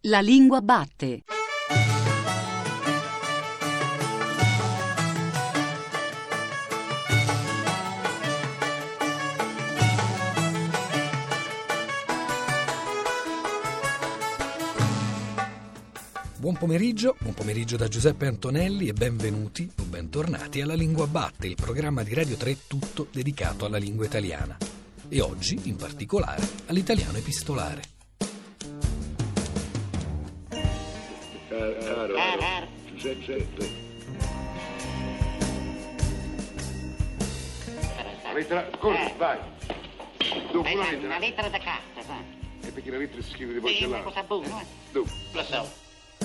La lingua batte. Buon pomeriggio da Giuseppe Antonelli e benvenuti o bentornati alla Lingua Batte, il programma di Radio 3 tutto dedicato alla lingua italiana. E oggi, in particolare, all'italiano epistolare. Giuseppe. La lettera, corri, vai. Dopo la lettera. Una lettera da carta, sai? E perché la lettera si scrive di Sì, porcellana? una cosa buona, eh? Dopo. Lo so.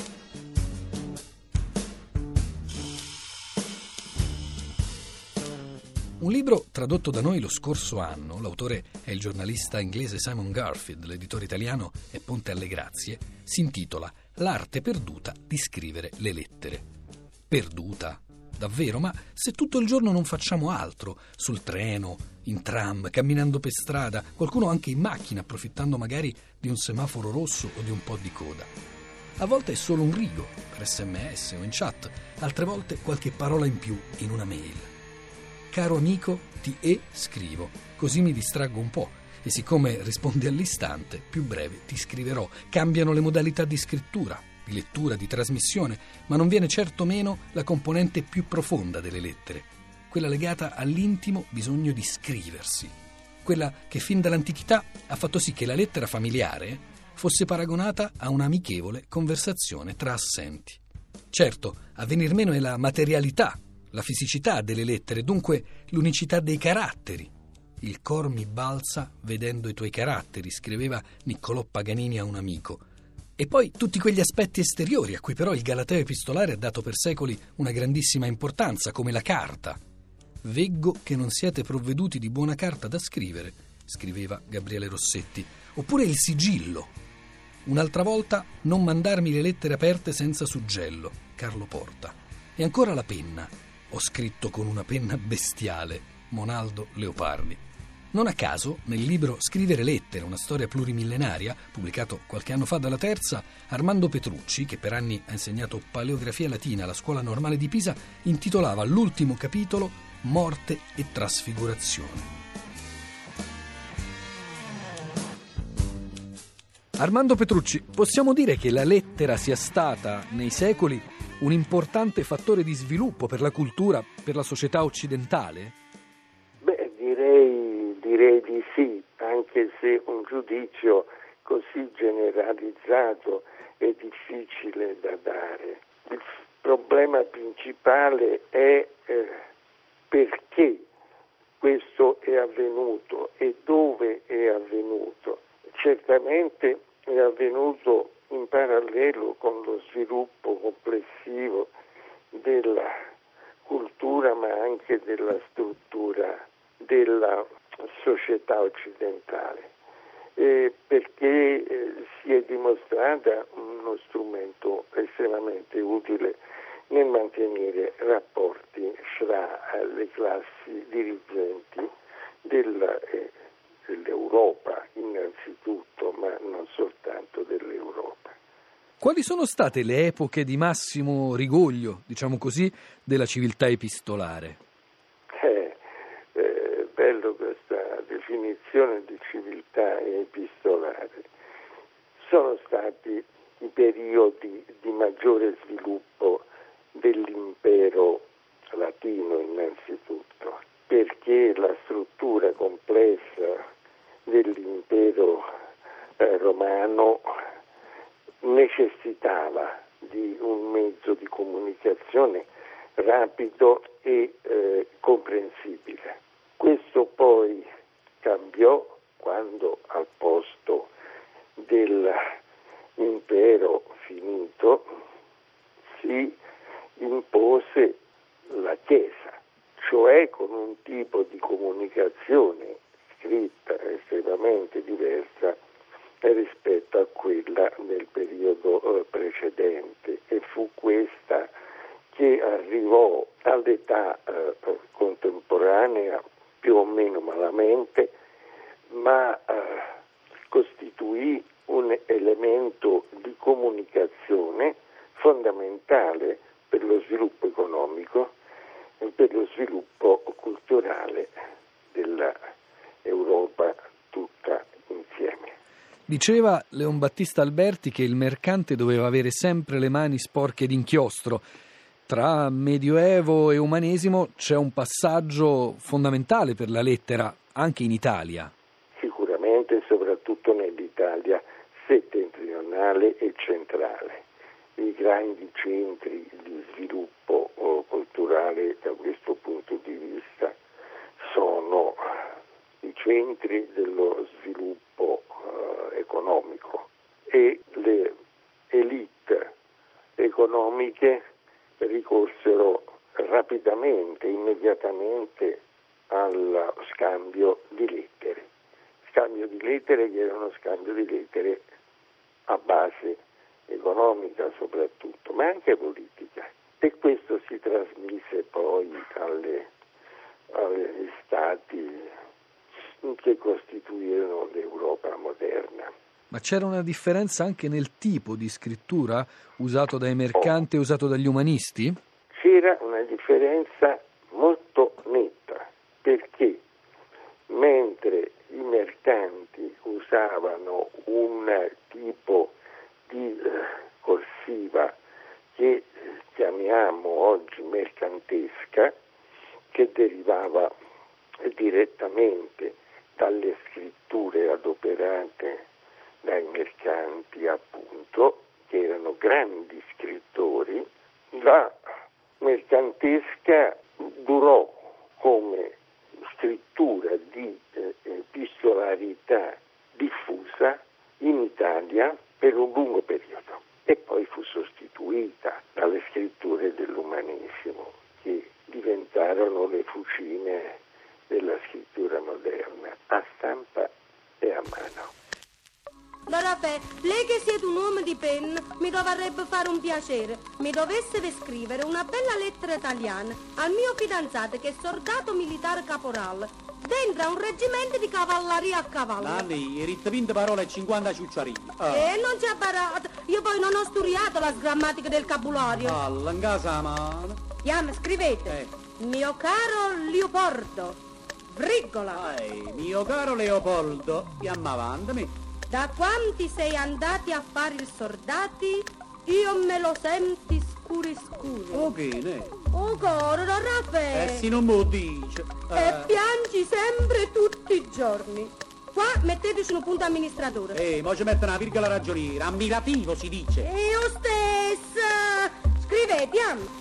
Un libro tradotto da noi lo scorso anno, l'autore è il giornalista inglese Simon Garfield, l'editore italiano è Ponte alle Grazie, si intitola L'arte perduta di scrivere le lettere. Perduta? Davvero? Ma se tutto il giorno non facciamo altro, sul treno, in tram, camminando per strada, qualcuno anche in macchina, approfittando magari di un semaforo rosso o di un po' di coda. A volte è solo un rigo, per SMS o in chat, altre volte qualche parola in più in una mail. Caro amico, ti scrivo, così mi distraggo un po' e siccome rispondi all'istante, più breve ti scriverò. Cambiano le modalità di scrittura, di lettura, di trasmissione, ma non viene certo meno la componente più profonda delle lettere, quella legata all'intimo bisogno di scriversi, quella che fin dall'antichità ha fatto sì che la lettera familiare fosse paragonata a un'amichevole conversazione tra assenti. Certo, a venir meno è la materialità, la fisicità delle lettere, dunque l'unicità dei caratteri. Il cor mi balza vedendo i tuoi caratteri, scriveva Niccolò Paganini a un amico. E poi tutti quegli aspetti esteriori a cui però il galateo epistolare ha dato per secoli una grandissima importanza, come la carta. Veggo che non siete provveduti di buona carta da scrivere, scriveva Gabriele Rossetti. Oppure il sigillo. Un'altra volta non mandarmi le lettere aperte senza suggello, Carlo Porta. E ancora la penna. Ho scritto con una penna bestiale, Monaldo Leopardi. Non a caso, nel libro Scrivere lettere, una storia plurimillenaria, pubblicato qualche anno fa dalla Terza, Armando Petrucci, che per anni ha insegnato paleografia latina alla Scuola Normale di Pisa, intitolava l'ultimo capitolo Morte e trasfigurazione. Armando Petrucci, possiamo dire che la lettera sia stata, nei secoli, un importante fattore di sviluppo per la cultura, per la società occidentale? Beh, direi di sì, anche se un giudizio così generalizzato è difficile da dare. Il problema principale è perché questo è avvenuto e dove è avvenuto. Certamente è avvenuto in parallelo con lo sviluppo complessivo della cultura, ma anche della struttura della società occidentale, perché si è dimostrata uno strumento estremamente utile nel mantenere rapporti fra le classi dirigenti dell'Europa innanzitutto, ma non soltanto dell'Europa. Quali sono state le epoche di massimo rigoglio, diciamo così, della civiltà epistolare? Bello questa definizione di civiltà epistolare. Sono stati i periodi di maggiore sviluppo dell'impero latino innanzitutto, perché la struttura complessa dell'impero romano necessitava di un mezzo di comunicazione rapido e comprensibile. Questo poi cambiò quando al posto dell'impero finito si impose la Chiesa, cioè con un tipo di comunicazione scritta estremamente diversa rispetto a quella del periodo precedente, e fu questa che arrivò all'età contemporanea più o meno malamente, ma costituì un elemento di comunicazione comunicazione fondamentale per lo sviluppo economico e per lo sviluppo culturale dell'Europa tutta insieme. Diceva Leon Battista Alberti che il mercante doveva avere sempre le mani sporche d'inchiostro. Tra Medioevo e Umanesimo c'è un passaggio fondamentale per la lettera, anche in Italia. Sicuramente, soprattutto nell'Italia settentrionale e centrale. I grandi centri di sviluppo culturale da questo punto di vista sono i centri dello sviluppo economico e le elite economiche ricorsero rapidamente, immediatamente allo scambio di lettere che era uno scambio di lettere a base economica soprattutto, ma anche politica, e questo si trasmise poi agli stati che costituirono l'Europa moderna. Ma c'era una differenza anche nel tipo di scrittura usato dai mercanti e usato dagli umanisti? C'era una differenza molto netta, perché mentre i mercanti usavano un tipo di corsiva che chiamiamo oggi mercantesca, che derivava direttamente dalle scritture adoperate dai mercanti, appunto, che erano grandi scrittori, la mercantesca durò come scrittura di epistolarità diffusa in Italia per un lungo periodo e poi fu sostituita dalle scritture dell'umanesimo, che diventarono le fucine della scrittura moderna, a stampa e a mano. Don Raffaele, lei che siete un uomo di penna, mi dovrebbe fare un piacere. Mi dovesse scrivere una bella lettera italiana al mio fidanzato che è soldato militare caporale, dentro a un reggimento di cavalleria a cavallo. Nanni, hai 20 parole e 50 ciucciarini. Non c'è barato. Io poi non ho studiato la grammatica del vocabolario. In casa mano. Scrivete. Mio caro Leopoldo, virgola. Mio caro Leopoldo, avanti. Da quanti sei andati a fare il soldati, io me lo senti scuri. Ok, ne? Oh, coro, Don Raffaele. Si non me lo dice. E piangi sempre tutti i giorni. Qua metteteci un punto amministratore. Ma ci mette una virgola ragioniera, ammirativo si dice. E io stessa. Scrivete,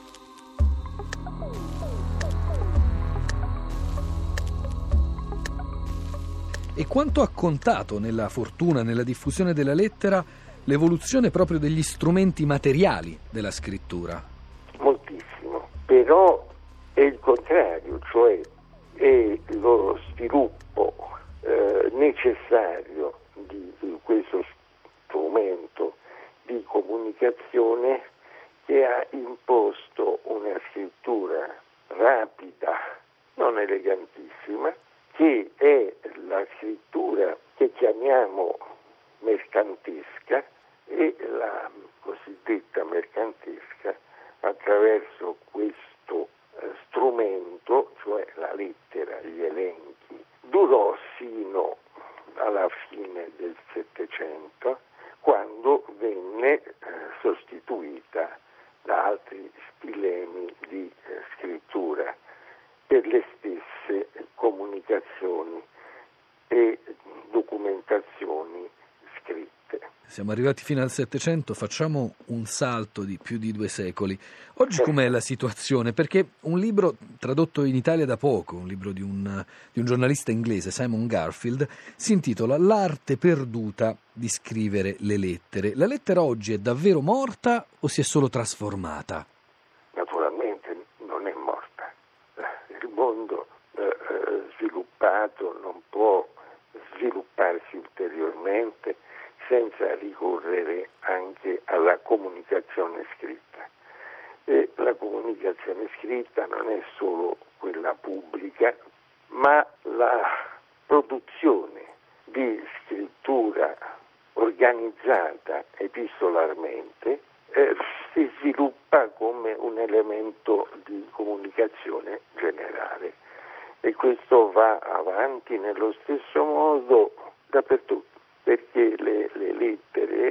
E quanto ha contato nella fortuna, nella diffusione della lettera, l'evoluzione proprio degli strumenti materiali della scrittura? Moltissimo, però è il contrario, cioè è lo sviluppo necessario di questo strumento di comunicazione che ha imposto una scrittura rapida, non elegantissima, che è la scrittura che chiamiamo mercantesca, e la cosiddetta mercantesca attraverso questo strumento, cioè la lettera, gli elenchi, durò sino alla fine del Settecento, quando venne sostituita da altri stilemi di scrittura per le stesse comunicazioni e documentazioni scritte. Siamo arrivati fino al Settecento, facciamo un salto di più di 2 secoli. Oggi com'è la situazione? Perché un libro tradotto in Italia da poco, un libro di un giornalista inglese, Simon Garfield, si intitola L'arte perduta di scrivere le lettere. La lettera oggi è davvero morta o si è solo trasformata? Naturalmente non è morta. Il mondo sviluppato non può svilupparsi ulteriormente senza ricorrere anche alla comunicazione scritta. E la comunicazione scritta non è solo quella pubblica, ma la produzione di scrittura organizzata epistolarmente, si sviluppa come un elemento di comunicazione generale, e questo va avanti nello stesso modo dappertutto, perché le lettere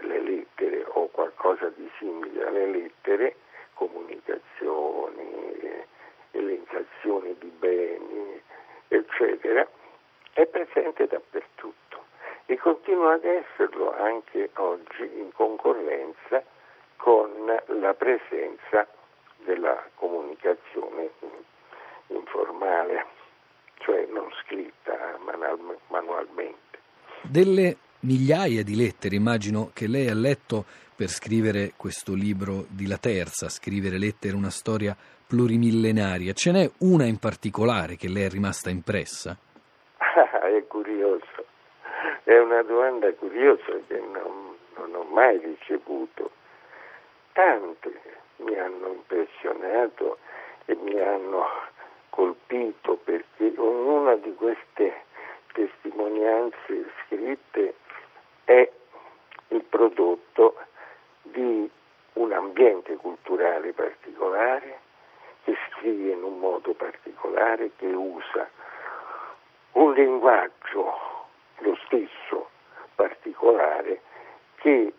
o qualcosa di simile alle lettere, comunicazioni, elencazioni di beni, eccetera, è presente dappertutto e continua ad esserlo anche oggi in concorrenza con la presenza della comunicazione informale, cioè non scritta manualmente. Delle migliaia di lettere, immagino, che lei ha letto per scrivere questo libro di La Terza, Scrivere lettere, una storia plurimillenaria. Ce n'è una in particolare che le è rimasta impressa? È curioso, è una domanda curiosa che non ho mai ricevuto. Tante mi hanno impressionato e mi hanno colpito, perché ognuna di queste testimonianze scritte è il prodotto di un ambiente culturale particolare, che scrive in un modo particolare, che usa un linguaggio, lo stesso, particolare, che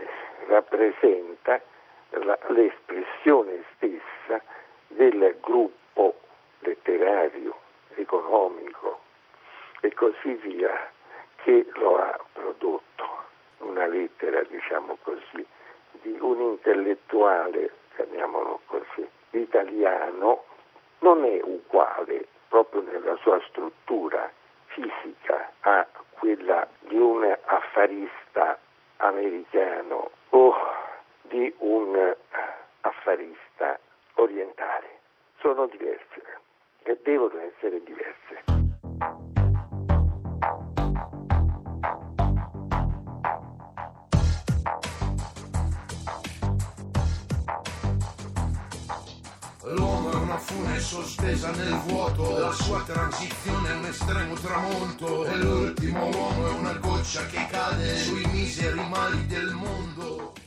rappresenta l'espressione stessa del gruppo letterario, economico e così via che lo ha prodotto. Una lettera, diciamo così, di un intellettuale, chiamiamolo così, italiano, non è uguale proprio nella sua struttura fisica a quella di un affarista americano o di un affarista orientale. Sono diverse e devono essere diverse. L'uomo è una fune sospesa nel vuoto, la sua transizione è un estremo tramonto, e l'ultimo uomo è una goccia che cade sui miseri mali del mondo.